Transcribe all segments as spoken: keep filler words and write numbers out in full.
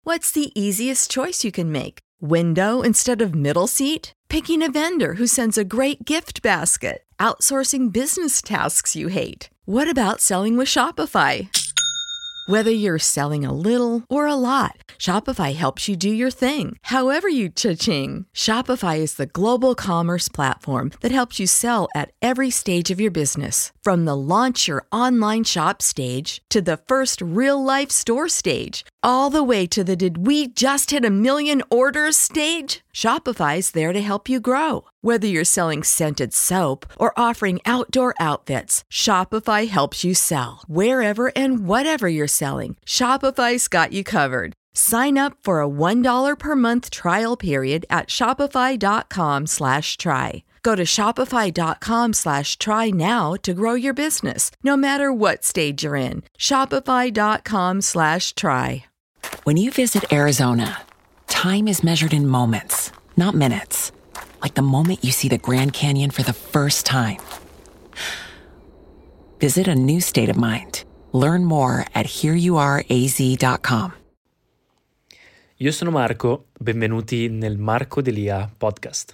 What's the easiest choice you can make? Window instead of middle seat? Picking a vendor who sends a great gift basket? Outsourcing business tasks you hate? What about selling with Shopify? Whether you're selling a little or a lot, Shopify helps you do your thing, however you cha-ching. Shopify is the global commerce platform that helps you sell at every stage of your business. From the launch your online shop stage to the first real-life store stage, all the way to the did we just hit a million orders stage. Shopify's there to help you grow. Whether you're selling scented soap or offering outdoor outfits, Shopify helps you sell. Wherever and whatever you're selling, Shopify's got you covered. Sign up for a one dollar per month trial period at shopify.com slash try. Go to shopify.com slash try now to grow your business, no matter what stage you're in. Shopify.com slash try. When you visit Arizona, time is measured in moments, not minutes. Like the moment you see the Grand Canyon for the first time. Visit a new state of mind. Learn more at here you are a z dot com. Io sono Marco, benvenuti nel Marco Delia podcast.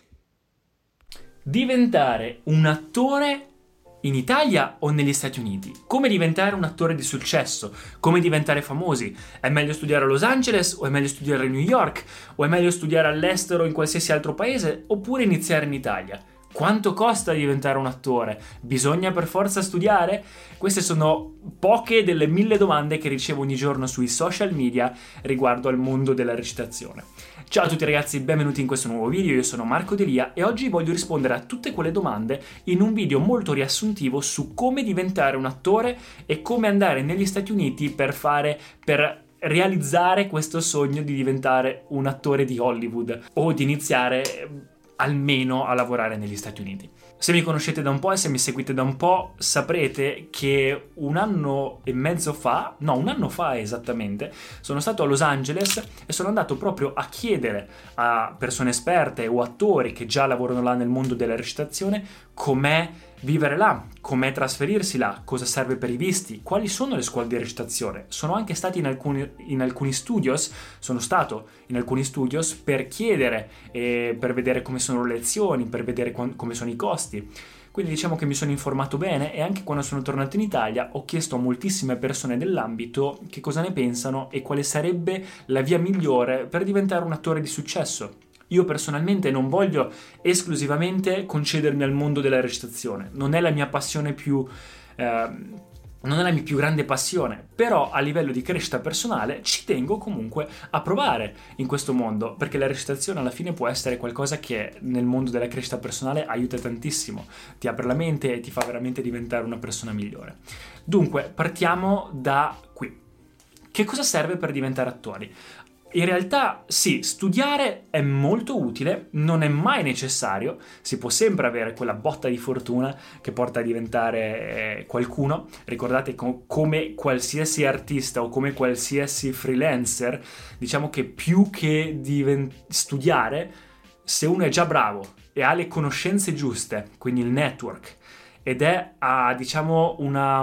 Diventare un attore in Italia o negli Stati Uniti? Come diventare un attore di successo? Come diventare famosi? È meglio studiare a Los Angeles o è meglio studiare a New York? O è meglio studiare all'estero in qualsiasi altro paese? Oppure iniziare in Italia? Quanto costa diventare un attore? Bisogna per forza studiare? Queste sono poche delle mille domande che ricevo ogni giorno sui social media riguardo al mondo della recitazione. Ciao a tutti ragazzi, benvenuti in questo nuovo video, io sono Marco Delia e oggi voglio rispondere a tutte quelle domande in un video molto riassuntivo su come diventare un attore e come andare negli Stati Uniti per fare, per realizzare questo sogno di diventare un attore di Hollywood o di iniziare almeno a lavorare negli Stati Uniti. Se mi conoscete da un po' e se mi seguite da un po' saprete che un anno e mezzo fa, no un anno fa esattamente, sono stato a Los Angeles e sono andato proprio a chiedere a persone esperte o attori che già lavorano là nel mondo della recitazione com'è vivere là, com'è trasferirsi là, cosa serve per i visti, quali sono le scuole di recitazione. Sono anche stati in alcuni, in alcuni studios, sono stato in alcuni studios per chiedere e per vedere come sono le lezioni, per vedere com- come sono i costi. Quindi diciamo che mi sono informato bene e anche quando sono tornato in Italia ho chiesto a moltissime persone dell'ambito che cosa ne pensano e quale sarebbe la via migliore per diventare un attore di successo. Io personalmente non voglio esclusivamente concedermi al mondo della recitazione, non è la mia passione più, eh, non è la mia più grande passione, però a livello di crescita personale ci tengo comunque a provare in questo mondo, perché la recitazione alla fine può essere qualcosa che nel mondo della crescita personale aiuta tantissimo, ti apre la mente e ti fa veramente diventare una persona migliore. Dunque, partiamo da qui. Che cosa serve per diventare attori? In realtà sì, studiare è molto utile, non è mai necessario, si può sempre avere quella botta di fortuna che porta a diventare eh, qualcuno. Ricordate co- come qualsiasi artista o come qualsiasi freelancer, diciamo che più che diven- studiare, se uno è già bravo e ha le conoscenze giuste, quindi il network, ed è a diciamo una,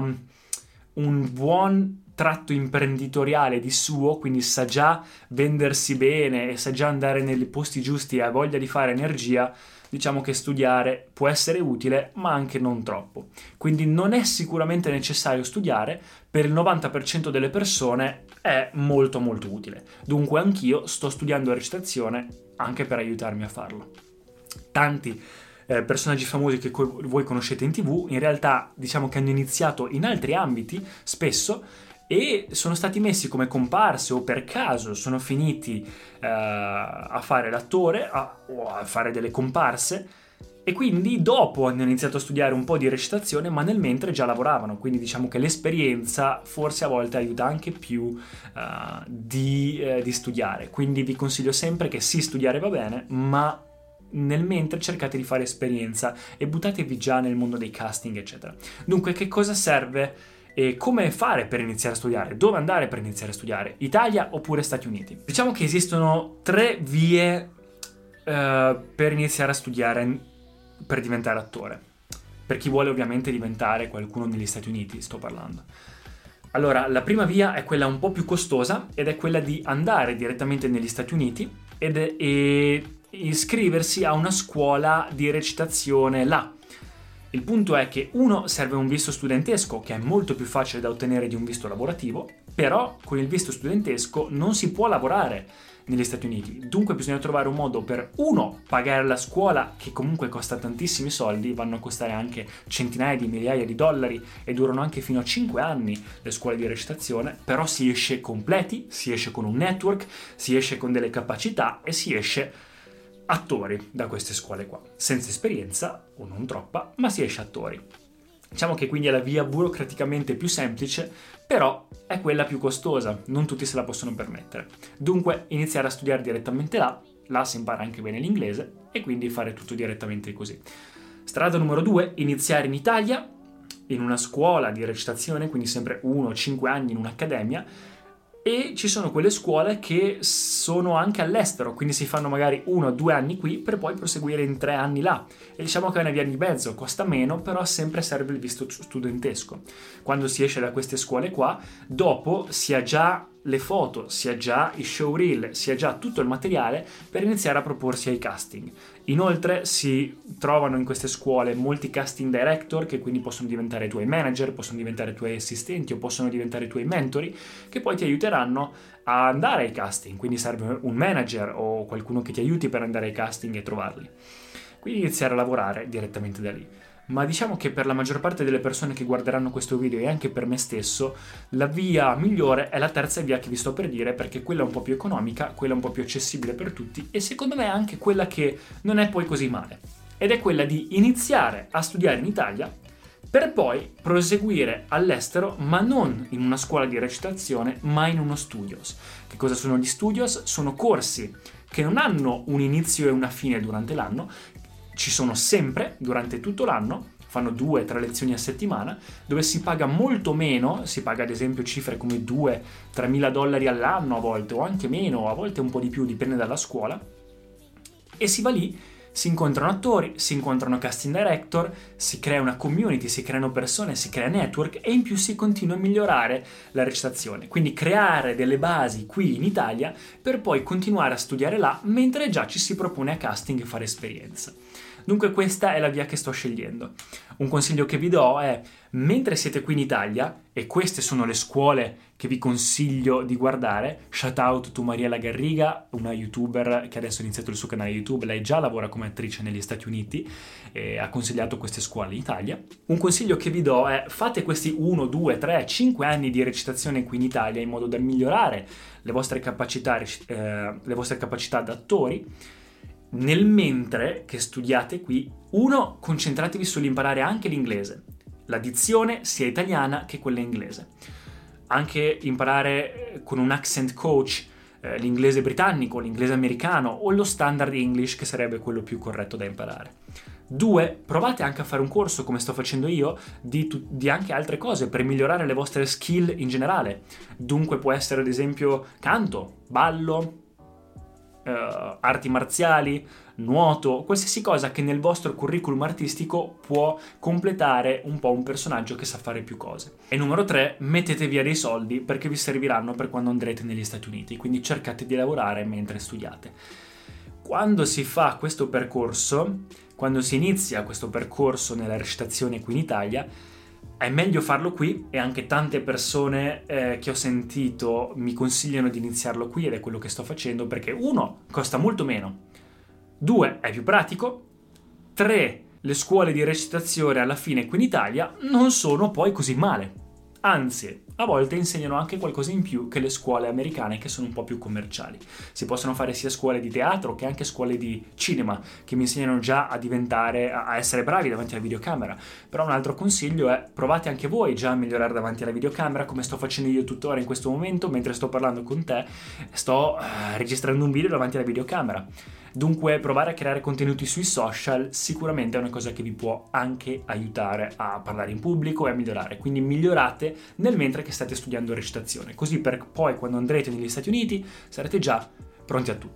un buon tratto imprenditoriale di suo, quindi sa già vendersi bene e sa già andare nei posti giusti e ha voglia di fare energia, diciamo che studiare può essere utile ma anche non troppo. Quindi non è sicuramente necessario studiare, per il novanta per cento delle persone è molto molto utile. Dunque anch'io sto studiando recitazione anche per aiutarmi a farlo. Tanti Eh, personaggi famosi che co- voi conoscete in tv in realtà diciamo che hanno iniziato in altri ambiti spesso e sono stati messi come comparse o per caso sono finiti eh, a fare l'attore a, o a fare delle comparse e quindi dopo hanno iniziato a studiare un po' di recitazione ma nel mentre già lavoravano, quindi diciamo che l'esperienza forse a volte aiuta anche più uh, di, eh, di studiare, quindi vi consiglio sempre che sì, studiare va bene ma nel mentre cercate di fare esperienza e buttatevi già nel mondo dei casting eccetera. Dunque che cosa serve e come fare per iniziare a studiare? Dove andare per iniziare a studiare? Italia oppure Stati Uniti? Diciamo che esistono tre vie uh, per iniziare a studiare per diventare attore, per chi vuole ovviamente diventare qualcuno negli Stati Uniti sto parlando. Allora, la prima via è quella un po' più costosa ed è quella di andare direttamente negli Stati Uniti ed, e iscriversi a una scuola di recitazione là. Il punto è che uno serve un visto studentesco che è molto più facile da ottenere di un visto lavorativo, però con il visto studentesco non si può lavorare negli Stati Uniti, dunque bisogna trovare un modo per uno pagare la scuola, che comunque costa tantissimi soldi, vanno a costare anche centinaia di migliaia di dollari e durano anche fino a cinque anni le scuole di recitazione, però si esce completi, si esce con un network, si esce con delle capacità e si esce attori da queste scuole qua, senza esperienza o non troppa, ma si esce attori. Diciamo che quindi è la via burocraticamente più semplice, però è quella più costosa, non tutti se la possono permettere. Dunque iniziare a studiare direttamente là, là si impara anche bene l'inglese e quindi fare tutto direttamente così. Strada numero due, iniziare in Italia, in una scuola di recitazione, quindi sempre uno o cinque anni in un'accademia, e ci sono quelle scuole che sono anche all'estero, quindi si fanno magari uno o due anni qui per poi proseguire in tre anni là. E diciamo che è una via di mezzo, costa meno, però sempre serve il visto studentesco. Quando si esce da queste scuole qua, dopo si ha già le foto, si ha già i showreel, si ha già tutto il materiale per iniziare a proporsi ai casting. Inoltre si trovano in queste scuole molti casting director che quindi possono diventare tuoi manager, possono diventare tuoi assistenti o possono diventare tuoi mentori, che poi ti aiuteranno a andare ai casting, quindi serve un manager o qualcuno che ti aiuti per andare ai casting e trovarli. Quindi iniziare a lavorare direttamente da lì. Ma diciamo che per la maggior parte delle persone che guarderanno questo video e anche per me stesso, la via migliore è la terza via che vi sto per dire, perché quella è un po' più economica, quella è un po' più accessibile per tutti e secondo me è anche quella che non è poi così male. Ed è quella di iniziare a studiare in Italia per poi proseguire all'estero, ma non in una scuola di recitazione, ma in uno studios. Che cosa sono gli studios? Sono corsi che non hanno un inizio e una fine durante l'anno, ci sono sempre durante tutto l'anno, fanno due o tre lezioni a settimana, dove si paga molto meno, si paga ad esempio cifre come due tre mila dollari all'anno a volte, o anche meno, a volte un po' di più, dipende dalla scuola, e si va lì, si incontrano attori, si incontrano casting director, si crea una community, si creano persone, si crea network e in più si continua a migliorare la recitazione. Quindi creare delle basi qui in Italia per poi continuare a studiare là mentre già ci si propone a casting e fare esperienza. Dunque questa è la via che sto scegliendo. Un consiglio che vi do è, mentre siete qui in Italia, e queste sono le scuole che vi consiglio di guardare, shout out to Mariella Garriga, una youtuber che adesso ha iniziato il suo canale YouTube, lei già lavora come attrice negli Stati Uniti e ha consigliato queste scuole in Italia. Un consiglio che vi do è, fate questi uno, due, tre, cinque anni di recitazione qui in Italia in modo da migliorare le vostre capacità, eh, le vostre capacità da attori. Nel mentre che studiate qui, uno, concentratevi sull'imparare anche l'inglese, la dizione sia italiana che quella inglese. Anche imparare con un accent coach eh, l'inglese britannico, l'inglese americano o lo standard English, che sarebbe quello più corretto da imparare. Due, provate anche a fare un corso, come sto facendo io, di, tu- di anche altre cose per migliorare le vostre skill in generale. Dunque può essere ad esempio canto, ballo, Uh, arti marziali, nuoto, qualsiasi cosa che nel vostro curriculum artistico può completare un po' un personaggio che sa fare più cose. E numero tre, mettete via dei soldi perché vi serviranno per quando andrete negli Stati Uniti, quindi cercate di lavorare mentre studiate. Quando si fa questo percorso, quando si inizia questo percorso nella recitazione qui in Italia, è meglio farlo qui e anche tante persone eh, che ho sentito mi consigliano di iniziarlo qui ed è quello che sto facendo perché uno, costa molto meno, due, è più pratico, tre, le scuole di recitazione alla fine qui in Italia non sono poi così male. Anzi, a volte insegnano anche qualcosa in più che le scuole americane che sono un po' più commerciali. Si possono fare sia scuole di teatro che anche scuole di cinema che mi insegnano già a diventare, a essere bravi davanti alla videocamera. Però un altro consiglio è provate anche voi già a migliorare davanti alla videocamera come sto facendo io tuttora in questo momento mentre sto parlando con te, sto uh, registrando un video davanti alla videocamera. Dunque provare a creare contenuti sui social sicuramente è una cosa che vi può anche aiutare a parlare in pubblico e a migliorare, quindi migliorate nel mentre che state studiando recitazione, così per poi quando andrete negli Stati Uniti sarete già pronti a tutto.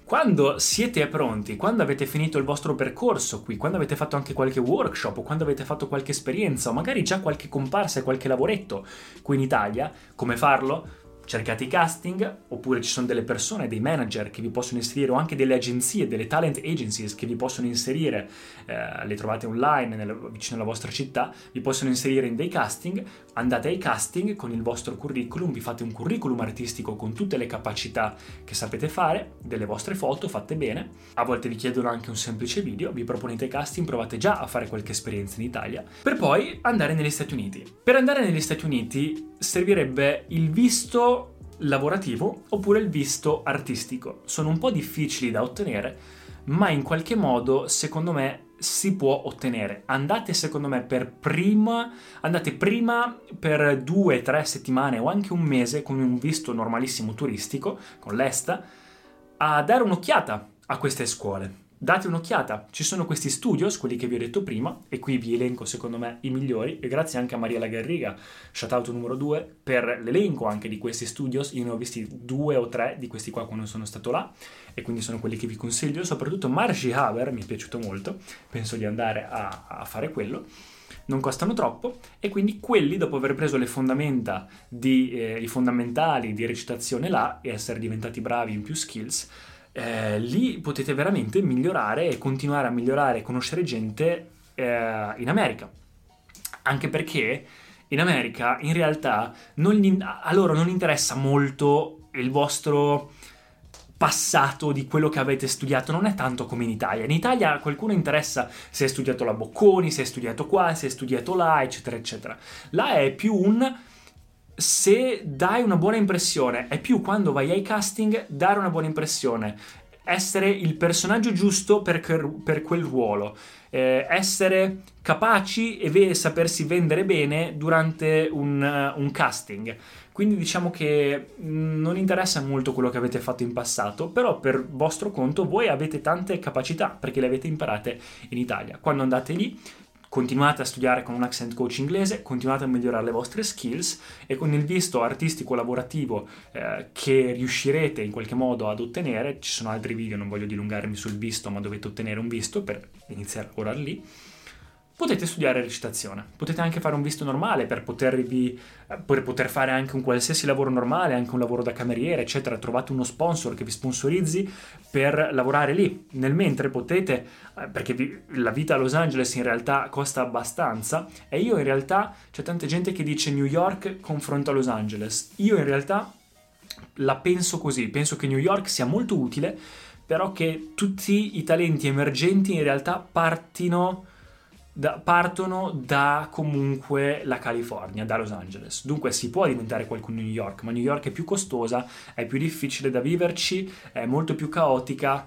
Quando siete pronti, quando avete finito il vostro percorso qui, quando avete fatto anche qualche workshop o quando avete fatto qualche esperienza o magari già qualche comparsa e qualche lavoretto qui in Italia, come farlo? Cercate i casting, oppure ci sono delle persone, dei manager che vi possono inserire, o anche delle agenzie, delle talent agencies che vi possono inserire, eh, le trovate online nel, vicino alla vostra città, vi possono inserire in dei casting. Andate ai casting con il vostro curriculum, vi fate un curriculum artistico con tutte le capacità che sapete fare, delle vostre foto fatte bene, a volte vi chiedono anche un semplice video, vi proponete i casting, provate già a fare qualche esperienza in Italia, per poi andare negli Stati Uniti. Per andare negli Stati Uniti servirebbe il visto lavorativo oppure il visto artistico. Sono un po' difficili da ottenere, ma in qualche modo secondo me si può ottenere. Andate secondo me per prima, andate prima per due, tre settimane o anche un mese con un visto normalissimo turistico, con l'E S T A, a dare un'occhiata a queste scuole. Date un'occhiata, ci sono questi studios, quelli che vi ho detto prima, e qui vi elenco secondo me i migliori, e grazie anche a Mariela Garriga, shoutout numero due, per l'elenco anche di questi studios. Io ne ho visti due o tre di questi qua quando sono stato là, e quindi sono quelli che vi consiglio. Soprattutto Margie Haber mi è piaciuto molto, penso di andare a, a fare quello. Non costano troppo, e quindi quelli, dopo aver preso le fondamenta di, eh, i fondamentali di recitazione là e essere diventati bravi in più skills, Eh, lì potete veramente migliorare e continuare a migliorare e conoscere gente eh, in America, anche perché in America in realtà non gli, a loro non interessa molto il vostro passato di quello che avete studiato, non è tanto come in Italia. In Italia a qualcuno interessa se hai studiato la Bocconi, se hai studiato qua, se hai studiato là, eccetera eccetera. Là è più un se dai una buona impressione, è più quando vai ai casting dare una buona impressione, essere il personaggio giusto per, per quel ruolo, eh, essere capaci e ve- sapersi vendere bene durante un, uh, un casting. Quindi diciamo che non interessa molto quello che avete fatto in passato, però per vostro conto voi avete tante capacità perché le avete imparate in Italia. Quando andate lì continuate a studiare con un accent coach inglese, continuate a migliorare le vostre skills, e con il visto artistico lavorativo eh, che riuscirete in qualche modo ad ottenere, ci sono altri video, non voglio dilungarmi sul visto, ma dovete ottenere un visto per iniziare a lavorare lì, potete studiare recitazione. Potete anche fare un visto normale per potervi per poter fare anche un qualsiasi lavoro normale, anche un lavoro da cameriere, eccetera. Trovate uno sponsor che vi sponsorizzi per lavorare lì. Nel mentre potete, perché vi, la vita a Los Angeles in realtà costa abbastanza, e io in realtà, c'è tanta gente che dice New York confronto a Los Angeles. Io in realtà la penso così, penso che New York sia molto utile, però che tutti i talenti emergenti in realtà partino Da, partono da comunque la California, da Los Angeles. Dunque si può diventare qualcuno a New York, ma New York è più costosa, è più difficile da viverci, è molto più caotica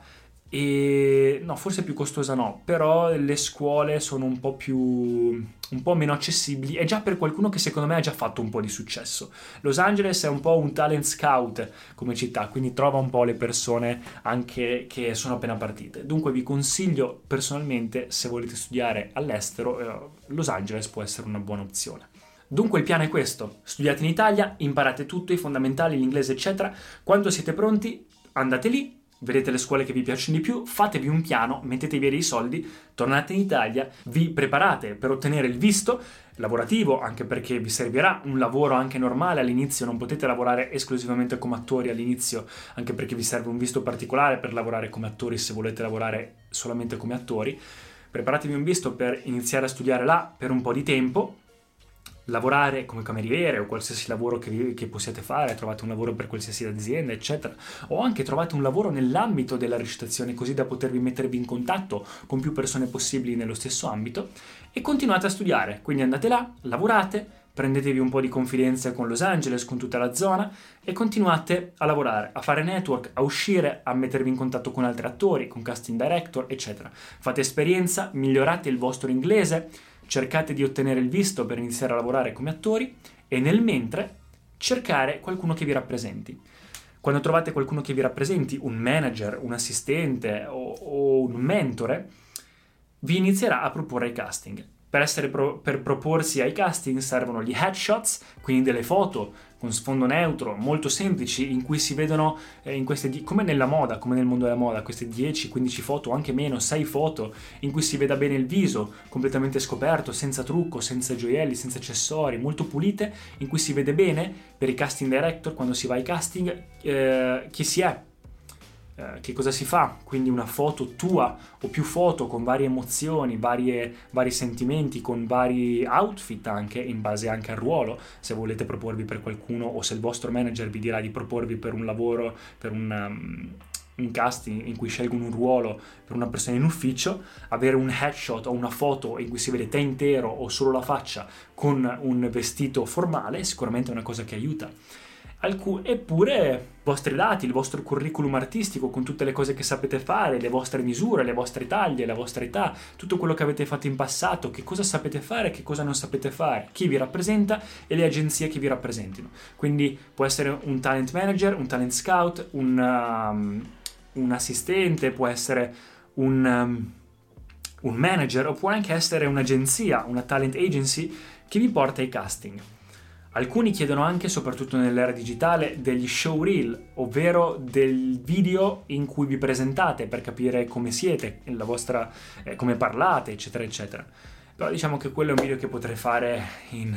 e no, forse più costosa no, però le scuole sono un po' più un po' meno accessibili, è già per qualcuno che secondo me ha già fatto un po' di successo. Los Angeles è un po' un talent scout come città, quindi trova un po' le persone anche che sono appena partite. Dunque vi consiglio personalmente, se volete studiare all'estero, eh, Los Angeles può essere una buona opzione. Dunque il piano è questo: studiate in Italia, imparate tutto, i fondamentali, l'inglese eccetera, quando siete pronti andate lì, vedete le scuole che vi piacciono di più, fatevi un piano, mettetevi dei soldi, tornate in Italia, vi preparate per ottenere il visto lavorativo, anche perché vi servirà un lavoro anche normale all'inizio, non potete lavorare esclusivamente come attori all'inizio, anche perché vi serve un visto particolare per lavorare come attori se volete lavorare solamente come attori. Preparatevi un visto per iniziare a studiare là per un po' di tempo, lavorare come cameriere o qualsiasi lavoro che, che possiate fare, trovate un lavoro per qualsiasi azienda eccetera, o anche trovate un lavoro nell'ambito della recitazione così da potervi mettervi in contatto con più persone possibili nello stesso ambito, e continuate a studiare. Quindi andate là, lavorate, prendetevi un po' di confidenza con Los Angeles, con tutta la zona, e continuate a lavorare, a fare network, a uscire, a mettervi in contatto con altri attori, con casting director eccetera. Fate esperienza, migliorate il vostro inglese, cercate di ottenere il visto per iniziare a lavorare come attori, e nel mentre cercare qualcuno che vi rappresenti. Quando trovate qualcuno che vi rappresenti, un manager, un assistente o, o un mentore, vi inizierà a proporre i casting. Per, essere pro- per proporsi ai casting servono gli headshots, quindi delle foto con sfondo neutro, molto semplici, in cui si vedono, eh, in queste di- come nella moda, come nel mondo della moda, queste dieci quindici foto, anche meno, sei foto, in cui si veda bene il viso, completamente scoperto, senza trucco, senza gioielli, senza accessori, molto pulite, in cui si vede bene, per i casting director, quando si va ai casting, eh, chi si è, che cosa si fa, quindi una foto tua o più foto con varie emozioni, varie, vari sentimenti, con vari outfit anche, in base anche al ruolo, se volete proporvi per qualcuno o se il vostro manager vi dirà di proporvi per un lavoro, per un, um, un casting in cui scelgono un ruolo per una persona in ufficio, avere un headshot o una foto in cui si vede te intero o solo la faccia con un vestito formale sicuramente è una cosa che aiuta. Alcun... Eppure i vostri dati, il vostro curriculum artistico con tutte le cose che sapete fare, le vostre misure, le vostre taglie, la vostra età, tutto quello che avete fatto in passato, che cosa sapete fare, che cosa non sapete fare, chi vi rappresenta e le agenzie che vi rappresentino. Quindi può essere un talent manager, un talent scout, un, um, un assistente, può essere un, um, un manager o può anche essere un'agenzia, una talent agency che vi porta ai casting. Alcuni chiedono anche, soprattutto nell'era digitale, degli showreel, ovvero del video in cui vi presentate per capire come siete, la vostra, eh, come parlate, eccetera, eccetera. Però diciamo che quello è un video che potrei fare in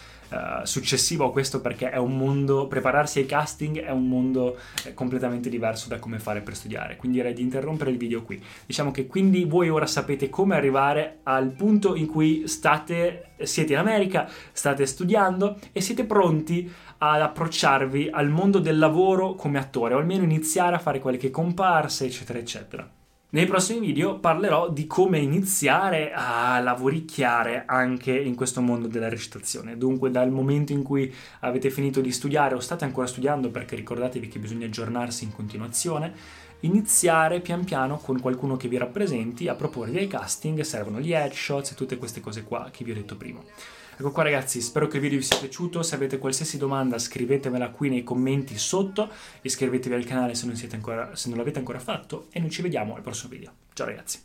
uh, successivo a questo, perché è un mondo, prepararsi ai casting è un mondo eh, completamente diverso da come fare per studiare, quindi direi di interrompere il video qui. Diciamo che quindi voi ora sapete come arrivare al punto in cui state, siete in America, state studiando e siete pronti ad approcciarvi al mondo del lavoro come attore, o almeno iniziare a fare qualche comparsa, eccetera, eccetera. Nei prossimi video parlerò di come iniziare a lavoricchiare anche in questo mondo della recitazione. Dunque, dal momento in cui avete finito di studiare o state ancora studiando, perché ricordatevi che bisogna aggiornarsi in continuazione, iniziare pian piano con qualcuno che vi rappresenti a proporre ai casting. Servono gli headshots e tutte queste cose qua che vi ho detto prima. Ecco qua ragazzi, spero che il video vi sia piaciuto. Se avete qualsiasi domanda scrivetemela qui nei commenti sotto, iscrivetevi al canale se non, siete ancora, se non l'avete ancora fatto e noi ci vediamo al prossimo video. Ciao ragazzi.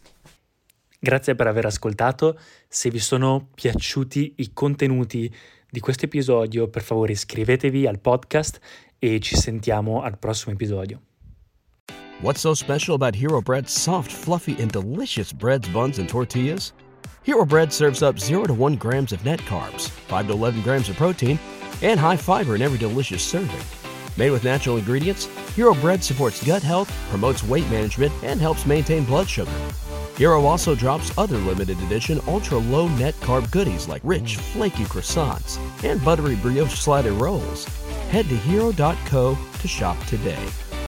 Grazie per aver ascoltato. Se vi sono piaciuti i contenuti di questo episodio, per favore iscrivetevi al podcast e ci sentiamo al prossimo episodio. What's so special about Hero Bread's soft, fluffy, and delicious breads, buns, and tortillas? Hero Bread serves up zero to one grams of net carbs, five to eleven grams of protein, and high fiber in every delicious serving. Made with natural ingredients, Hero Bread supports gut health, promotes weight management, and helps maintain blood sugar. Hero also drops other limited edition ultra-low net carb goodies like rich, flaky croissants and buttery brioche slider rolls. Head to hero dot co to shop today.